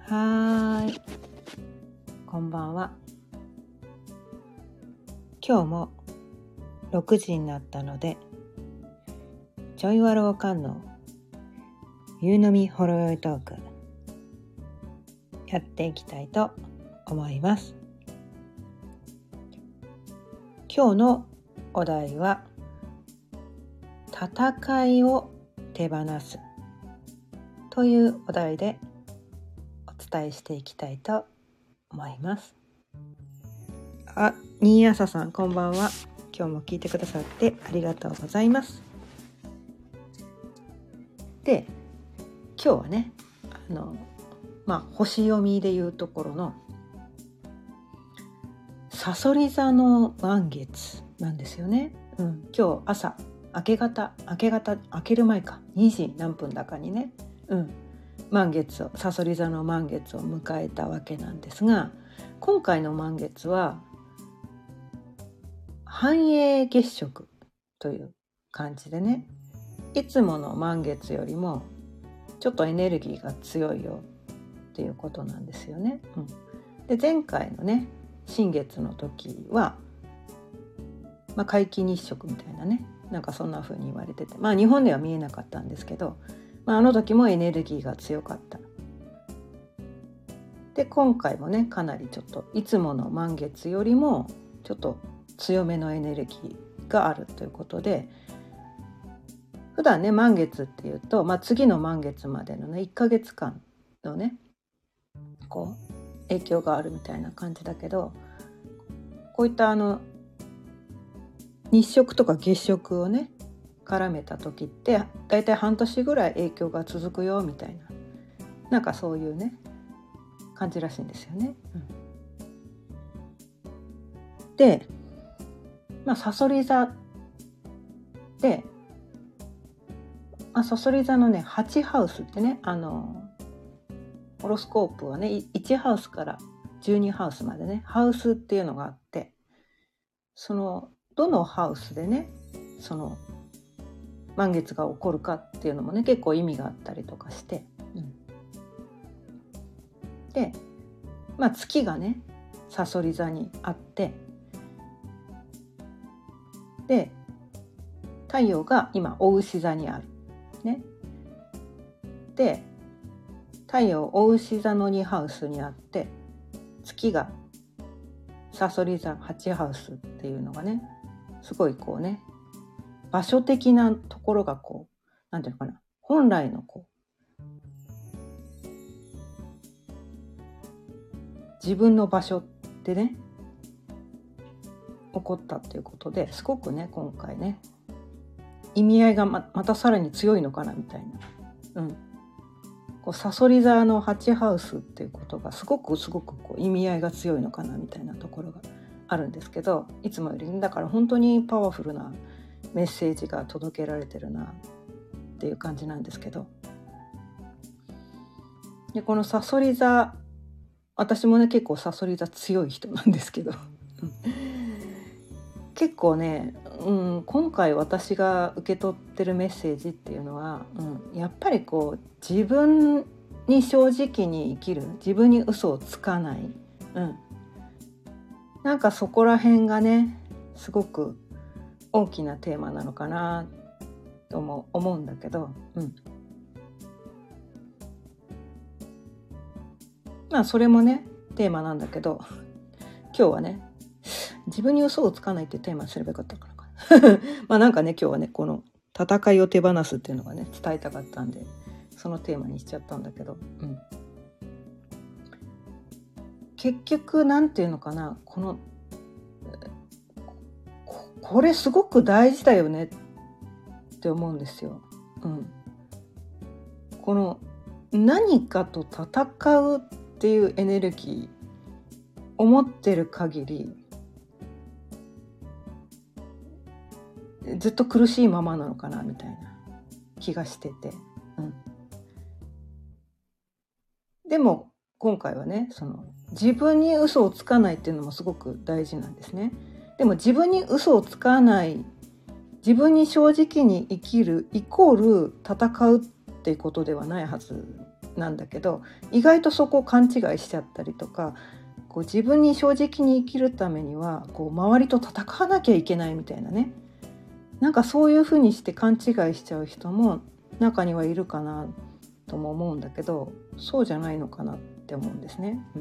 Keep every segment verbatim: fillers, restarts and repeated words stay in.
はーい、こんばんは。今日もろくじになったので、ちょいわろおかんの夕飲みほろよいトークやっていきたいと思います。今日のお題は、戦いを手放すというお題でお伝えしていきたいと思います。あ、新朝さん、こんばんは。今日も聞いてくださってありがとうございます。で、今日はね、あのまあ星読みでいうところのさそり座の満月なんですよね。うん、今日朝明け方明け方明ける前かにじ何分だかにね、うん、満月をさそり座の満月を迎えたわけなんですが、今回の満月は繁栄月食という感じでね、いつもの満月よりもちょっとエネルギーが強いよっていうことなんですよね。うん、で前回のね新月の時は、まあ、皆既日食みたいなね、なんかそんな風に言われてて、まあ日本では見えなかったんですけど、まあ、あの時もエネルギーが強かった。で今回もね、かなりちょっといつもの満月よりもちょっと強めのエネルギーがあるということで、普段ね満月っていうと、まあ、次の満月までのねいっかげつかんのねこう影響があるみたいな感じだけど、こういったあの日食とか月食をね絡めた時ってだいたい半年ぐらい影響が続くよみたいな、なんかそういうね感じらしいんですよね。うん、で、まあさそり座で、まあ、さそり座のねはちハウスってね、あのホロスコープはねいちハウスからじゅうにハウスまでねハウスっていうのがあって、そのどのハウスでねその満月が起こるかっていうのもね結構意味があったりとかして、うん、で、まあ、月がねさそり座にあって、で太陽が今牡牛座にあるね。で太陽牡牛座のにハウスにあって、月がさそり座はちハウスっていうのがね、すごいこうね場所的なところがこうなんていうのかな、本来のこう自分の場所でね起こったっていうことで、すごくね今回ね意味合いが ま, またさらに強いのかなみたいな、うん、こうさそり座のはちハウスっていうことがすごくすごくこう意味合いが強いのかなみたいなところがあるんですけど、いつもよりだから本当にパワフルなメッセージが届けられてるなっていう感じなんですけど、でこのさそり座、私もね結構さそり座強い人なんですけど結構ね、うん、今回私が受け取ってるメッセージっていうのは、うん、やっぱりこう自分に正直に生きる、自分に嘘をつかない、うん、なんかそこら辺がねすごく大きなテーマなのかなとも思うんだけど、うん、まあそれもねテーマなんだけど、今日はね自分に嘘をつかないっていうテーマにすればよかったかなまあなんかね今日はねこの戦いを手放すっていうのがね伝えたかったんで、そのテーマにしちゃったんだけど、うん、結局なんていうのかな、このここれすごく大事だよねって思うんですよ。うん、この何かと戦うっていうエネルギーを持ってる限りずっと苦しいままなのかなみたいな気がしてて、うん、でも今回はねその自分に嘘をつかないっていうのもすごく大事なんですね。でも自分に嘘をつかない、自分に正直に生きるイコール戦うっていうことではないはずなんだけど、意外とそこを勘違いしちゃったりとか、こう自分に正直に生きるためにはこう周りと戦わなきゃいけないみたいなね、なんかそういうふうにして勘違いしちゃう人も中にはいるかなとも思うんだけど、そうじゃないのかなって思うんですね。うん、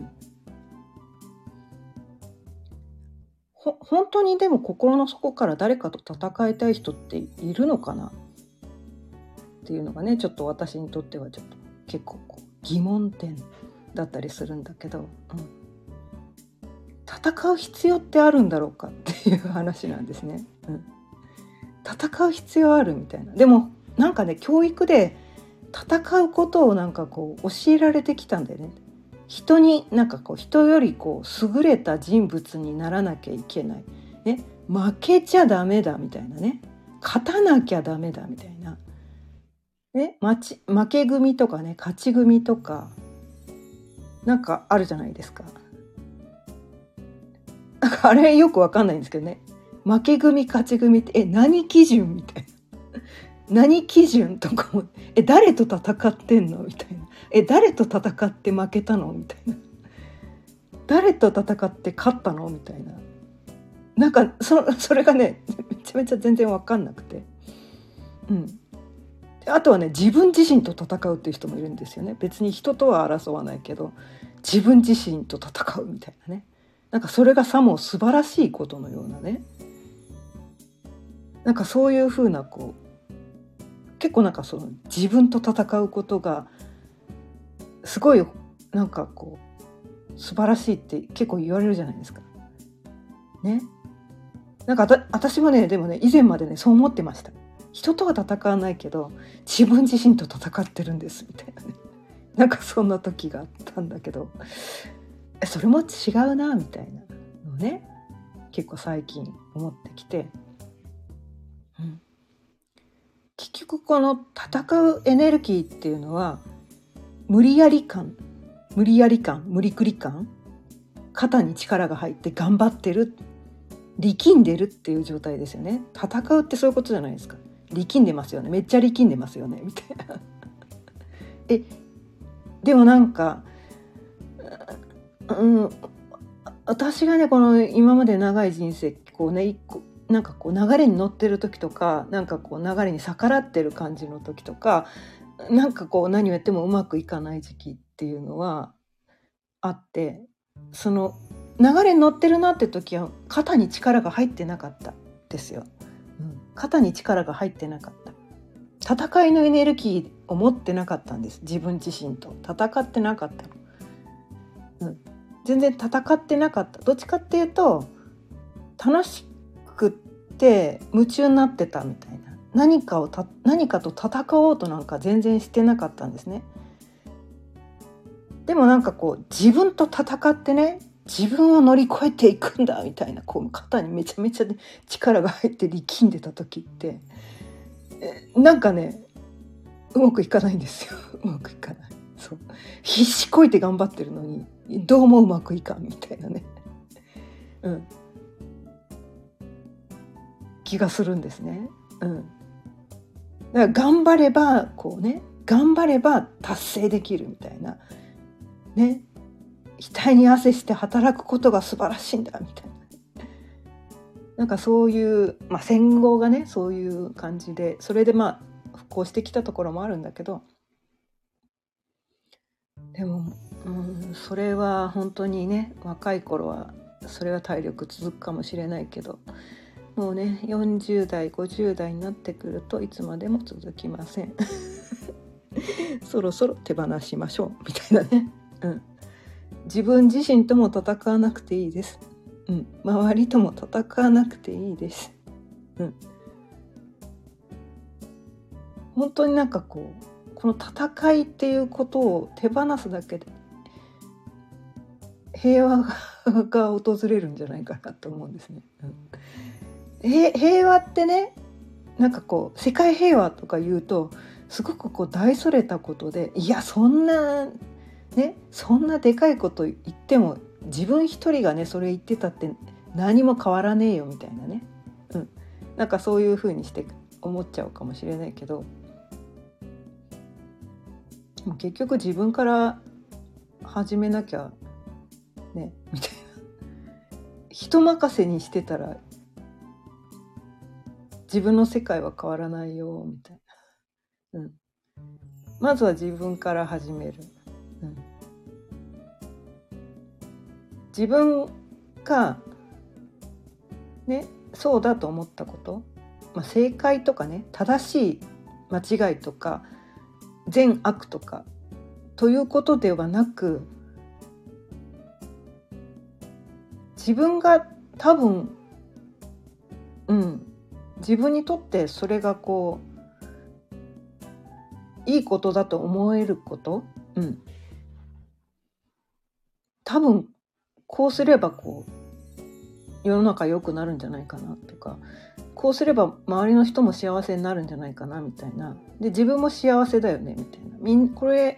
ほ本当にでも心の底から誰かと戦いたい人っているのかなっていうのがね、ちょっと私にとってはちょっと結構こう疑問点だったりするんだけど、うん、戦う必要ってあるんだろうかっていう話なんですね。うん、戦う必要あるみたいな。でもなんかね、教育で戦うことをなんかこう教えられてきたんだよね。人になんかこう人よりこう優れた人物にならなきゃいけない、ね、負けちゃダメだみたいなね、勝たなきゃダメだみたいな、ね、負ち負け組とかね、勝ち組とかなんかあるじゃないですか。なんかあれよくわかんないんですけどね、負け組勝ち組ってえ何基準みたいな、何基準とかも、え誰と戦ってんのみたいな、え誰と戦って負けたのみたいな、誰と戦って勝ったのみたいな、なんか そ, それがねめちゃめちゃ全然分かんなくて、うん、であとはね、自分自身と戦うっていう人もいるんですよね。別に人とは争わないけど自分自身と戦うみたいなね、なんかそれがさも素晴らしいことのようなね、なんかそういう風なこう結構なんかその自分と戦うことがすごいなんかこう素晴らしいって結構言われるじゃないですかね。なんかあ私もね、でもね以前までねそう思ってました。人とは戦わないけど自分自身と戦ってるんですみたいなね、なんかそんな時があったんだけど、それも違うなみたいなのね、結構最近思ってきて、うん、結局この戦うエネルギーっていうのは無理やり感無理やり感無理くり感、肩に力が入って頑張ってる、力んでるっていう状態ですよね。戦うってそういうことじゃないですか。力んでますよね、めっちゃ力んでますよねみたいなえでもなんか、うん、私がねこの今まで長い人生こうね一個なんかこう流れに乗ってる時とか、なんかこう流れに逆らってる感じの時とか、なんかこう何をやってもうまくいかない時期っていうのはあって、その流れに乗ってるなって時は肩に力が入ってなかったですよ、うん、肩に力が入ってなかった、戦いのエネルギーを持ってなかったんです。自分自身と戦ってなかったの、うん、全然戦ってなかった。どっちかっていうと楽しくって夢中になってたみたいな、何かをた何かと戦おうとなんか全然してなかったんですね。でもなんかこう自分と戦ってね、自分を乗り越えていくんだみたいな、こう肩にめちゃめちゃ力が入って力んでた時ってなんかねうまくいかないんですようまくいかない。そう、必死こいて頑張ってるのにどうもうまくいかんみたいなね、うん、気がするんですね。うん、だから頑張ればこうね、頑張れば達成できるみたいなね、額に汗して働くことが素晴らしいんだみたいな、なんかそういう、まあ、戦後がねそういう感じで、それでまあ復興してきたところもあるんだけど、でも、うん、それは本当にね若い頃はそれは体力続くかもしれないけど、もうねよんじゅう代ごじゅう代になってくるといつまでも続きませんそろそろ手放しましょうみたいなね、うん、自分自身とも戦わなくていいです、うん、周りとも戦わなくていいです、うん、本当になんかこうこの戦いっていうことを手放すだけで平和が訪れるんじゃないかなと思うんですね、うん、平和ってね、なんかこう世界平和とか言うとすごくこう大それたことで、いやそんなねそんなでかいこと言っても自分一人がねそれ言ってたって何も変わらねえよみたいなね、うん、なんかそういう風にして思っちゃうかもしれないけど、 も結局自分から始めなきゃねみたいな、人任せにしてたら自分の世界は変わらないよみたいな、うん、まずは自分から始める、うん、自分がねそうだと思ったこと、まあ、正解とかね正しい間違いとか善悪とかということではなく、自分が多分うん自分にとってそれがこういいことだと思えること、うん、多分こうすればこう世の中良くなるんじゃないかなとか、こうすれば周りの人も幸せになるんじゃないかなみたいな、で自分も幸せだよねみたいな、みんこれ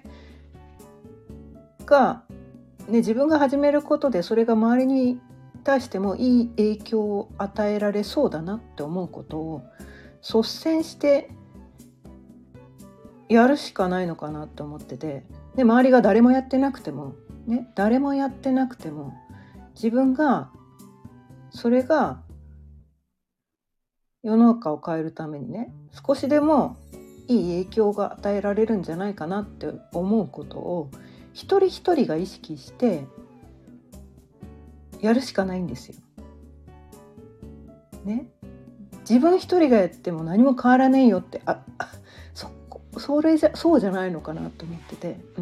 が、ね、自分が始めることでそれが周りに対してもいい影響を与えられそうだなって思うことを率先してやるしかないのかなって思ってて、で周りが誰もやってなくてもね、誰もやってなくても自分がそれが世の中を変えるためにね少しでもいい影響が与えられるんじゃないかなって思うことを一人一人が意識してやるしかないんですよ。ね、自分一人がやっても何も変わらねえよって、あ、あそこそれじゃそうじゃないのかなと思ってて、うん、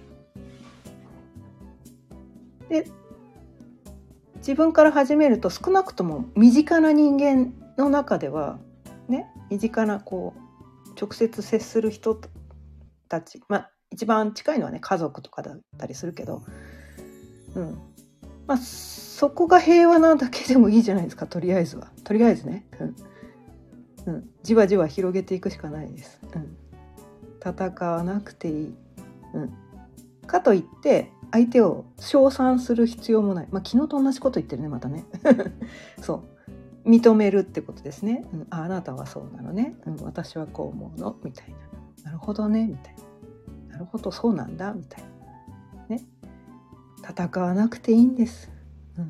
で自分から始めると少なくとも身近な人間の中ではね、身近なこう直接接する人たち、まあ一番近いのはね家族とかだったりするけど、うん、まあそこが平和なだけでもいいじゃないですか。とりあえずはとりあえずね、うんうん、じわじわ広げていくしかないです、うん、戦わなくていい、うん、かといって相手を称賛する必要もない、まあ、昨日と同じこと言ってるねまたねそう認めるってことですね、うん、あ, あなたはそうなのね、うん、私はこう思うのみたいな、なるほどねみたいな、なるほどそうなんだみたいなね、戦わなくていいんです、うん、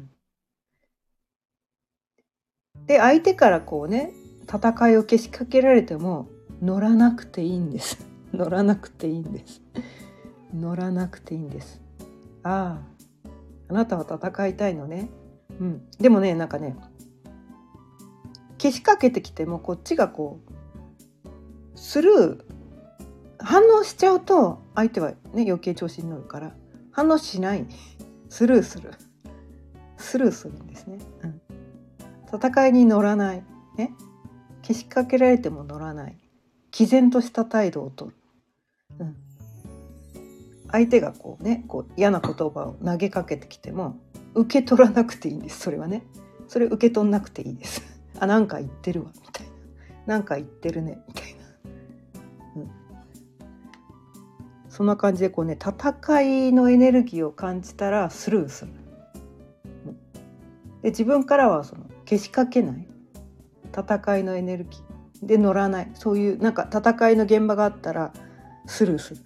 で相手からこうね戦いをけしかけられても乗らなくていいんです乗らなくていいんです乗らなくていいんです。ああ、あなたは戦いたいのね、うん、でもねなんかねけしかけてきてもこっちがこうスルー反応しちゃうと相手はね余計調子に乗るから反応しない、スルーするスルーするんですね、うん、戦いに乗らないね、けしかけられても乗らない、毅然とした態度をとる、うん、相手がこうねこう嫌な言葉を投げかけてきても受け取らなくていいんです。それはねそれ受け取んなくていいですあ、なんか言ってるわみたいな、なんか言ってるねみたいな、うん、そんな感じでこうね戦いのエネルギーを感じたらスルーする、うん、で自分からはそのけしかけない、戦いのエネルギーで乗らない、そういうなんか戦いの現場があったらスルーする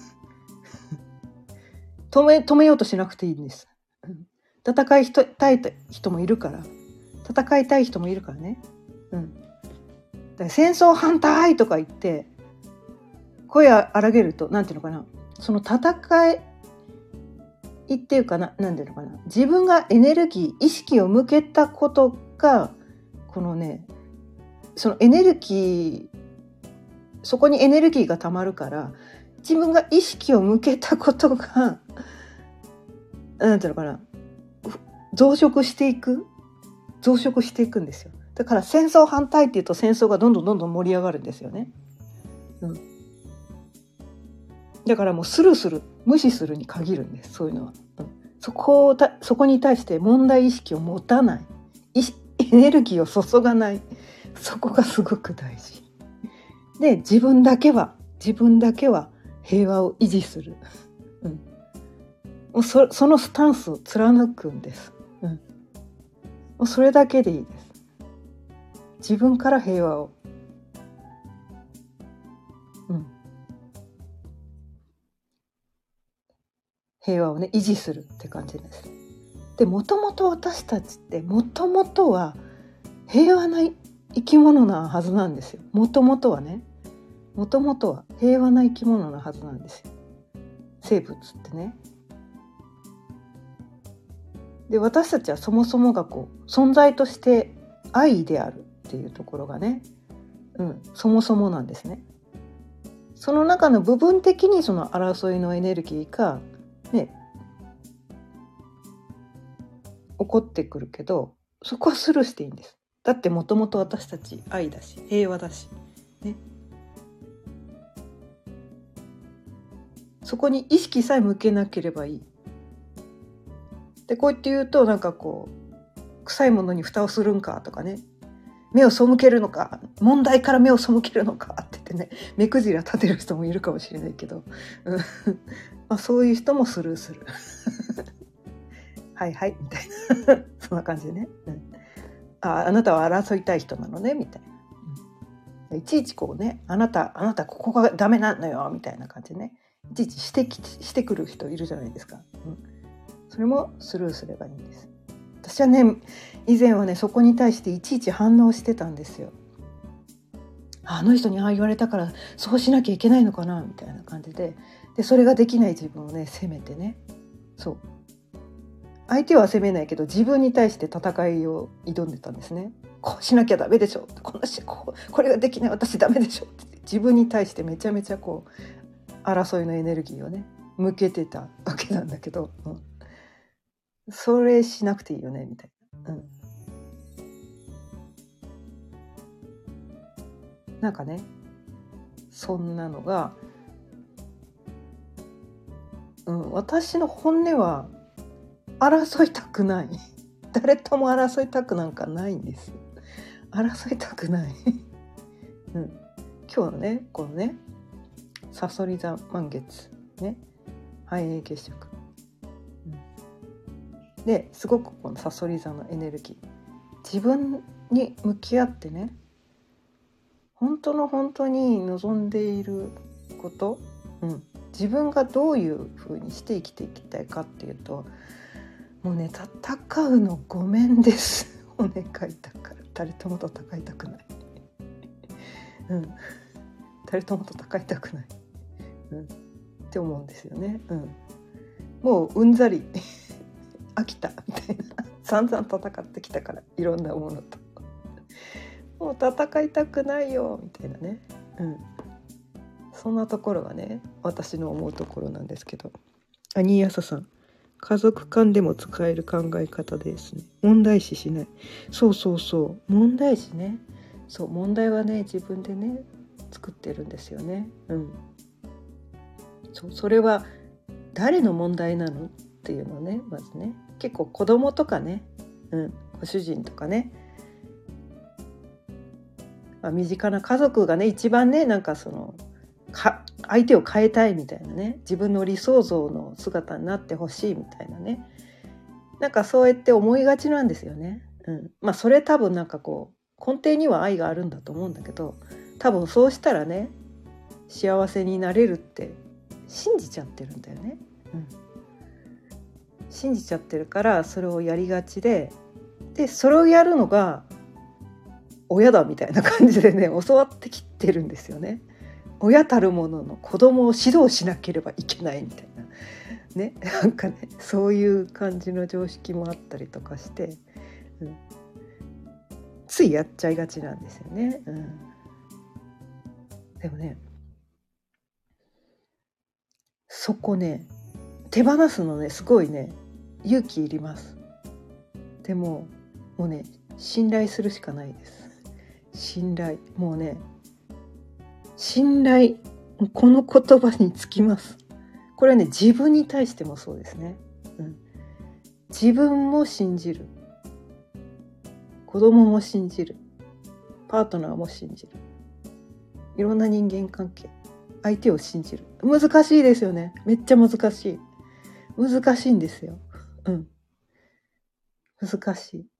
止め、止めようとしなくていいんです。戦いたい人もいるから、戦いたい人もいるからね。うん。だから戦争反対とか言って声荒げるとなんていうのかな、その戦いっていうかな、なんていうのかな、自分がエネルギー意識を向けたことがこのね、そのエネルギーそこにエネルギーがたまるから自分が意識を向けたことがなんていうのかな、増殖していく増殖していくんですよ。だから戦争反対っていうと戦争がどんどんどんどん盛り上がるんですよね、うん、だからもうスルーする無視するに限るんです、そういうのは、うん、そこをたそこに対して問題意識を持たない、エネルギーを注がない、そこがすごく大事で、自分だけは自分だけは平和を維持する、うん、もう そ, そのスタンスを貫くんです、うん、もうそれだけでいいです。自分から平和を、うん、 平和をね維持するって感じです。でもともと私たちってもともとは平和な生き物なはずなんですよ。もともとはねもともとは平和な生き物なはずなんですよ、生物ってね。で私たちはそもそもがこう存在として愛であるっていうところがね、うん、そもそもなんですね。その中の部分的にその争いのエネルギーがね起こってくるけど、そこはスルーしていいんです。だってもともと私たち愛だし平和だしね、そこに意識さえ向けなければいい。でこうやって言うとなんかこう臭いものに蓋をするんかとかね、目を背けるのか、問題から目を背けるのかって言ってね目くじら立てる人もいるかもしれないけど、うんまあ、そういう人もスルーするはいはいみたいなそんな感じでね、うん、あ, あなたは争いたい人なのねみたいな、いちいちこうねあなたあなたここがダメなのよみたいな感じでねいちいち指摘してくる人いるじゃないですか、うん、それもスルーすればいいんです。私はね以前はねそこに対していちいち反応してたんですよ。あの人にああ言われたからそうしなきゃいけないのかなみたいな感じで、でそれができない自分をね責めてね、そう相手は責めないけど自分に対して戦いを挑んでたんですね。こうしなきゃダメでしょ、このしこうこれができない私ダメでしょって自分に対してめちゃめちゃこう争いのエネルギーをね向けてたわけなんだけど、うん、それしなくていいよねみたいな、うん、なんかねそんなのが、うん、私の本音は争いたくない誰とも争いたくなんかないんです。争いたくない、うん、今日のねこのねさそり座満月ね繁栄月食、うん、ですごくこのさそり座のエネルギー自分に向き合ってね本当の本当に望んでいること、うん、自分がどういう風にして生きていきたいかっていうと、もうね戦うのごめんですお願いだから誰とも戦いたくない、うん、誰とも戦いたくない、うん、って思うんですよね、うん、もううんざり飽きたみたいな散々戦ってきたからいろんなものともう戦いたくないよみたいなね、うん、そんなところがね私の思うところなんですけど、あ新朝さん家族間でも使える考え方ですね。問題視しない。そうそうそう問題視ね。そう問題はね自分でね作ってるんですよね。うん。そうそれは誰の問題なのっていうのねまずね結構子供とかね、うん、ご主人とかね、まあ、身近な家族がね一番ねなんかそのか相手を変えたいみたいなね自分の理想像の姿になってほしいみたいなねなんかそうやって思いがちなんですよね、うん、まあそれ多分なんかこう根底には愛があるんだと思うんだけど多分そうしたらね幸せになれるって信じちゃってるんだよね、うん、信じちゃってるからそれをやりがちででそれをやるのが親だみたいな感じでね教わってきてるんですよね。親たるものの子供を指導しなければいけないみたいなねなんかねそういう感じの常識もあったりとかして、うん、ついやっちゃいがちなんですよね、うん、でもねそこね手放すのねすごいね勇気いります。でももうね信頼するしかないです。信頼もうね信頼この言葉につきます。これはね自分に対してもそうですね、うん、自分も信じる子供も信じるパートナーも信じるいろんな人間関係相手を信じる難しいですよね。めっちゃ難しい難しいんですよ、うん、難しい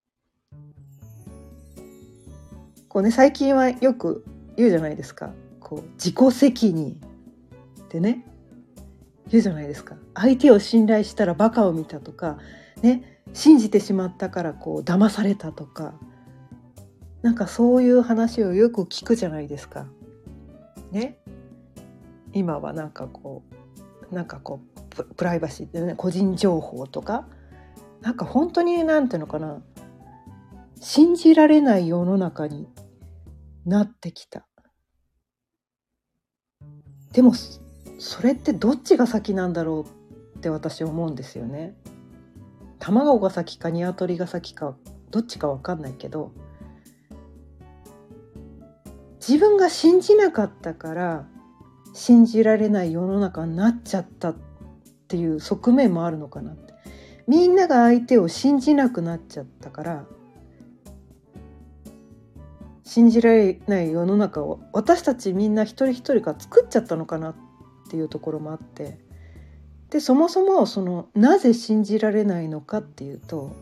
こうね最近はよく言うじゃないですかこう自己責任ってね言うじゃないですか。相手を信頼したらバカを見たとかね、信じてしまったからこう騙されたとか、なんかそういう話をよく聞くじゃないですかね。今はなんかこうなんかこう プ, プライバシーってね、個人情報とか、なんか本当になんていうのかな、信じられない世の中になってきた。でもそれってどっちが先なんだろうって私は思うんですよね。卵が先か鶏が先かどっちか分かんないけど、自分が信じなかったから信じられない世の中になっちゃったっていう側面もあるのかなって。みんなが相手を信じなくなっちゃったから信じられない世の中を私たちみんな一人一人が作っちゃったのかなっていうところもあって、でそもそもそのなぜ信じられないのかっていうと、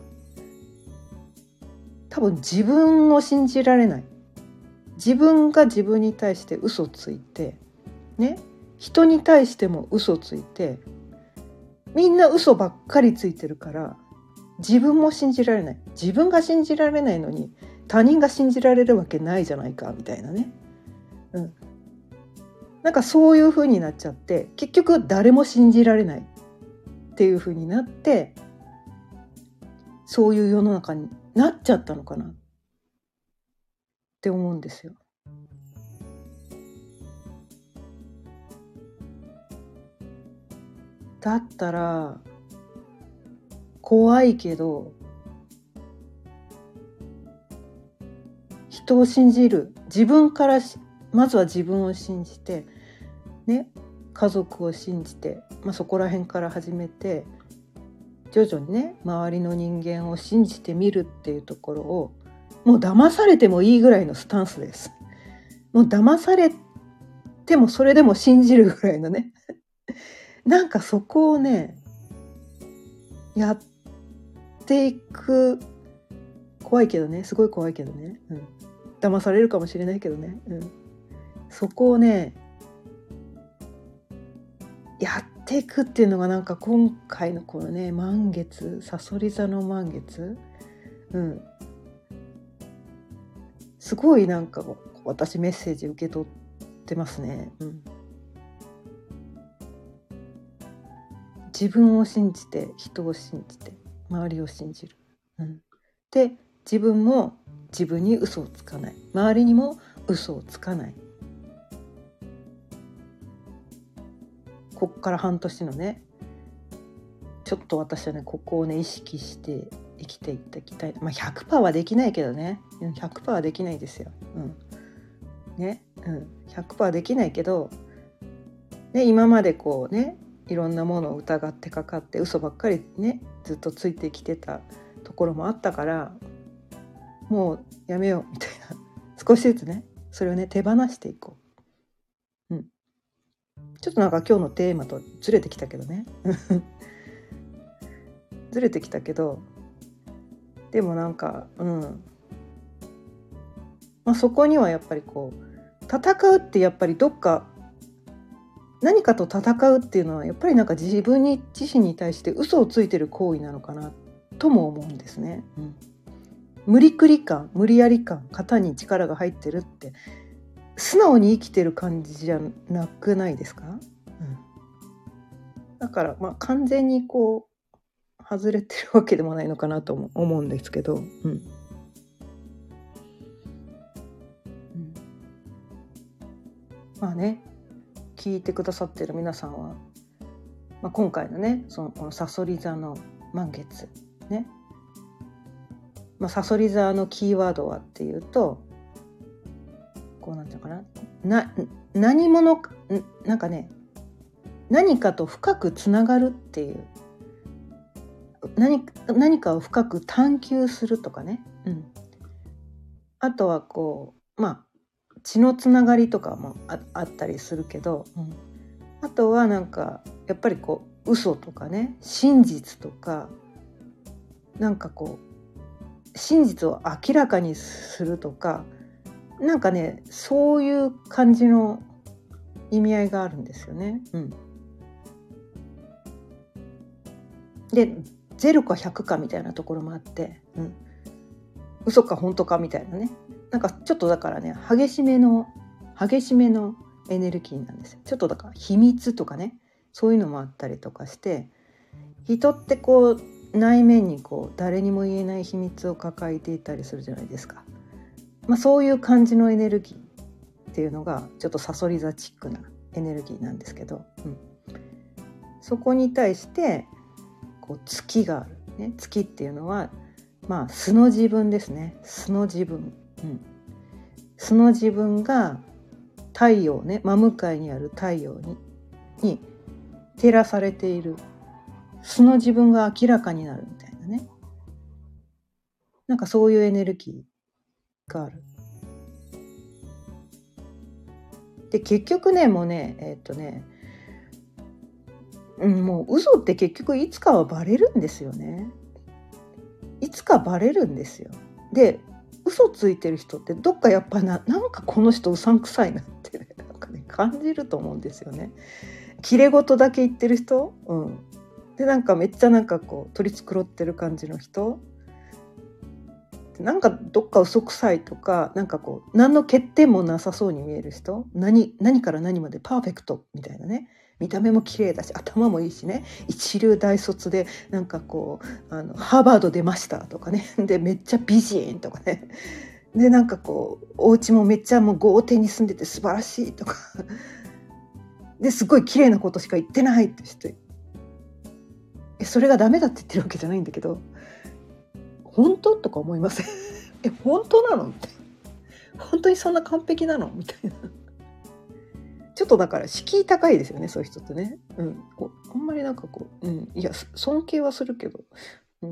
多分自分を信じられない、自分が自分に対して嘘ついてね、人に対しても嘘ついて、みんな嘘ばっかりついてるから自分も信じられない。自分が信じられないのに他人が信じられるわけないじゃないかみたいなね、うん、なんかそういう風になっちゃって、結局誰も信じられないっていう風になって、そういう世の中になっちゃったのかなって思うんですよ。だったら怖いけど人を信じる、自分からまずは自分を信じてね、家族を信じて、まあ、そこら辺から始めて徐々にね周りの人間を信じてみるっていうところを、もう騙されてもいいぐらいのスタンスです。もう騙されてもそれでも信じるぐらいのねなんかそこをねやっていく。怖いけどね、すごい怖いけどね、うん、騙されるかもしれないけどね、うん、そこをねやっていくっていうのがなんか今回のこのね満月、さそり座の満月、うん、すごいなんか私メッセージ受け取ってますね、うん、自分を信じて人を信じて周りを信じる、うん、で自分も自分に嘘をつかない、周りにも嘘をつかない。ここから半年のねちょっと私はねここをね意識して生きていっていきたい。まあ ひゃくパーセント はできないけどね ひゃくパーセント はできないですよ、うんねうん、ひゃくパーセント はできないけど、ね、今までこうねいろんなものを疑ってかかって嘘ばっかりねずっとついてきてたところもあったから、もうやめようみたいな、少しずつねそれをね手放していこう、うん、ちょっとなんか今日のテーマとずれてきたけどねずれてきたけど、でもなんかうん、まあ、そこにはやっぱりこう戦うってやっぱりどっか何かと戦うっていうのはやっぱりなんか自分に自身に対して嘘をついてる行為なのかなとも思うんですね、うん、無理くり感、無理やり感、肩に力が入ってるって素直に生きてる感じじゃなくないですか、うん、だからまあ完全にこう外れてるわけでもないのかなと思うんですけど、うんうん、まあね聞いてくださってる皆さんは、まあ、今回のねそのこのさそり座の満月ね、まあ、さそり座のキーワードはっていうとこうなんていうのかな、な何者なんかね何かと深くつながるっていう、何, 何かを深く探求するとかね、うん、あとはこうまあ血のつながりとかも あ, あったりするけど、うん、あとはなんかやっぱりこう嘘とかね真実とかなんかこう真実を明らかにするとか、なんかねそういう感じの意味合いがあるんですよね、うん、 でゼロかひゃくかみたいなところもあって、うん、嘘か本当かみたいなね、なんかちょっとだからね激しめの激しめのエネルギーなんですよ。ちょっとだから秘密とかね、そういうのもあったりとかして、人ってこう内面にこう誰にも言えない秘密を抱えていたりするじゃないですか。まあ、そういう感じのエネルギーっていうのがちょっとサソリ座チックなエネルギーなんですけど、うん、そこに対してこう月がある、ね、月っていうのはまあ素の自分ですね。素の自分、うん、素の自分が太陽ね、真向かいにある太陽にに照らされている、素の自分が明らかになるみたいなね、なんかそういうエネルギーがある。で結局ねもうねえー、っとね、うん、もう嘘って結局いつかはバレるんですよね。いつかバレるんですよ。で嘘ついてる人ってどっかやっぱな、なんかこの人うさんくさいなって、ね、なんかね感じると思うんですよね。綺麗事だけ言ってる人、うん、でなんかめっちゃなんかこう取り繕ってる感じの人、なんかどっか嘘くさいとか、なんかこう何の欠点もなさそうに見える人、何何から何までパーフェクトみたいなね、見た目も綺麗だし頭もいいしね、一流大卒でなんかこうあのハーバード出ましたとかね、でめっちゃ美人とかね、でなんかこうお家もめっちゃもう豪邸に住んでて素晴らしいとかですごい綺麗なことしか言ってないって人、えそれがダメだって言ってるわけじゃないんだけど、本当とか思いませんえ本当なのみたいな、本当にそんな完璧なのみたいな、ちょっとだから敷居高いですよね、そういう人ってね、うん、こうあんまりなんかこう、うん、いや尊敬はするけど、うん、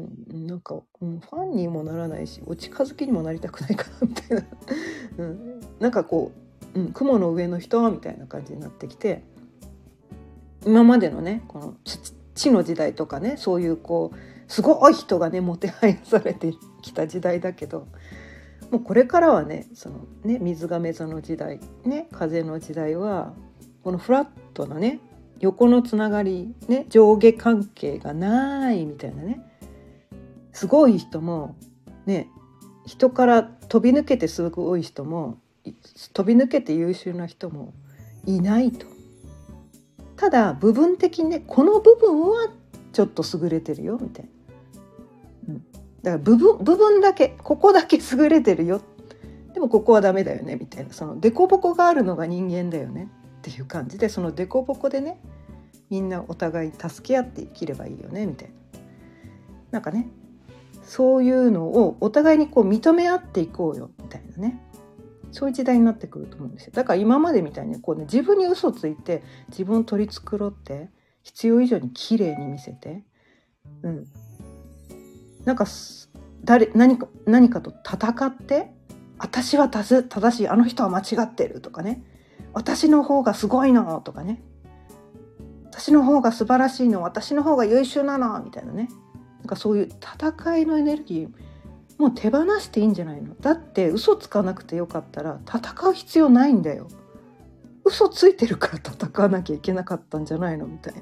なんか、うん、ファンにもならないしお近づきにもなりたくないかなみたいな、うん、なんかこう、うん、雲の上の人みたいな感じになってきて、今までのねこの地の時代とかね、そういうこうすごい人がねもてはやされてきた時代だけど、もうこれからはねそのね水亀座の時代ね、風の時代はこのフラットなね横のつながりね、上下関係がないみたいなね、すごい人もね、人から飛び抜けてすごい人も飛び抜けて優秀な人もいないと。ただ部分的にねこの部分はちょっと優れてるよみたいな、うん、だから部分部分だけここだけ優れてるよ、でもここはダメだよねみたいな、その凸凹があるのが人間だよねっていう感じで、その凸凹でねみんなお互い助け合って生きればいいよねみたいな、なんかねそういうのをお互いにこう認め合っていこうよみたいなね、そういう時代になってくると思うんですよ。だから今までみたいにこう、ね、自分に嘘ついて自分を取り繕って必要以上に綺麗に見せて、うん、なんか誰何か何かと戦って私は正しい、あの人は間違ってるとかね、私の方がすごいのとかね、私の方が素晴らしいの、私の方が優秀なのみたいなね、なんかそういう戦いのエネルギーもう手放していいんじゃないの。だって嘘つかなくてよかったら戦う必要ないんだよ。嘘ついてるから戦わなきゃいけなかったんじゃないのみたいな。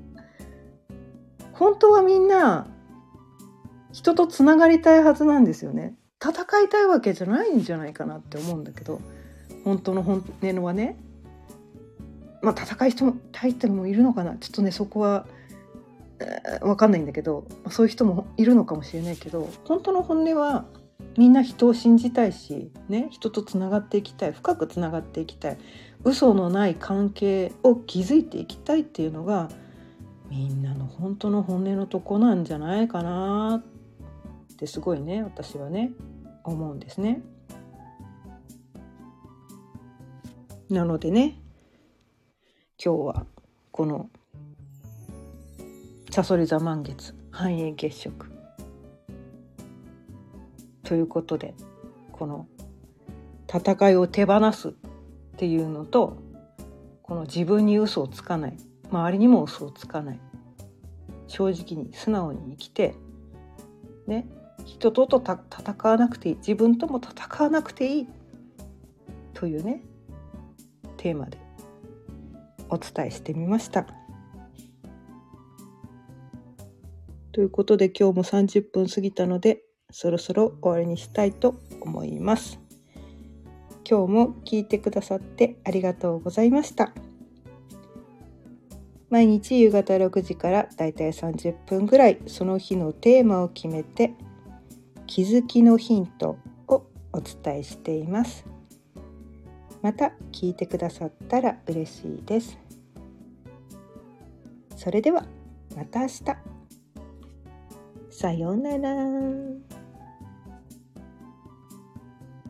本当はみんな人とつながりたいはずなんですよね。戦いたいわけじゃないんじゃないかなって思うんだけど、本当の本音はね、まあ戦い人もたいってのもいるのかな、ちょっとねそこは分かんないんだけど、そういう人もいるのかもしれないけど、本当の本音はみんな人を信じたいし、ね、人とつながっていきたい、深くつながっていきたい、嘘のない関係を築いていきたいっていうのがみんなの本当の本音のとこなんじゃないかなってすごいね私はね思うんですね。なのでね今日はこのさそり座満月繁栄月食ということで、この戦いを手放すっていうのと、この自分に嘘をつかない、周りにも嘘をつかない、正直に素直に生きて、ね、人ととた戦わなくていい、自分とも戦わなくていいというねテーマでお伝えしてみました。 ということで今日もさんじゅっぷん過ぎたのでそろそろ終わりにしたいと思います。今日も聞いてくださってありがとうございました。毎日夕方ろくじからだいたいさんじゅっぷんぐらいその日のテーマを決めて気づきのヒントをお伝えしています。また聞いてくださったら嬉しいです。それではまた明日。さようなら。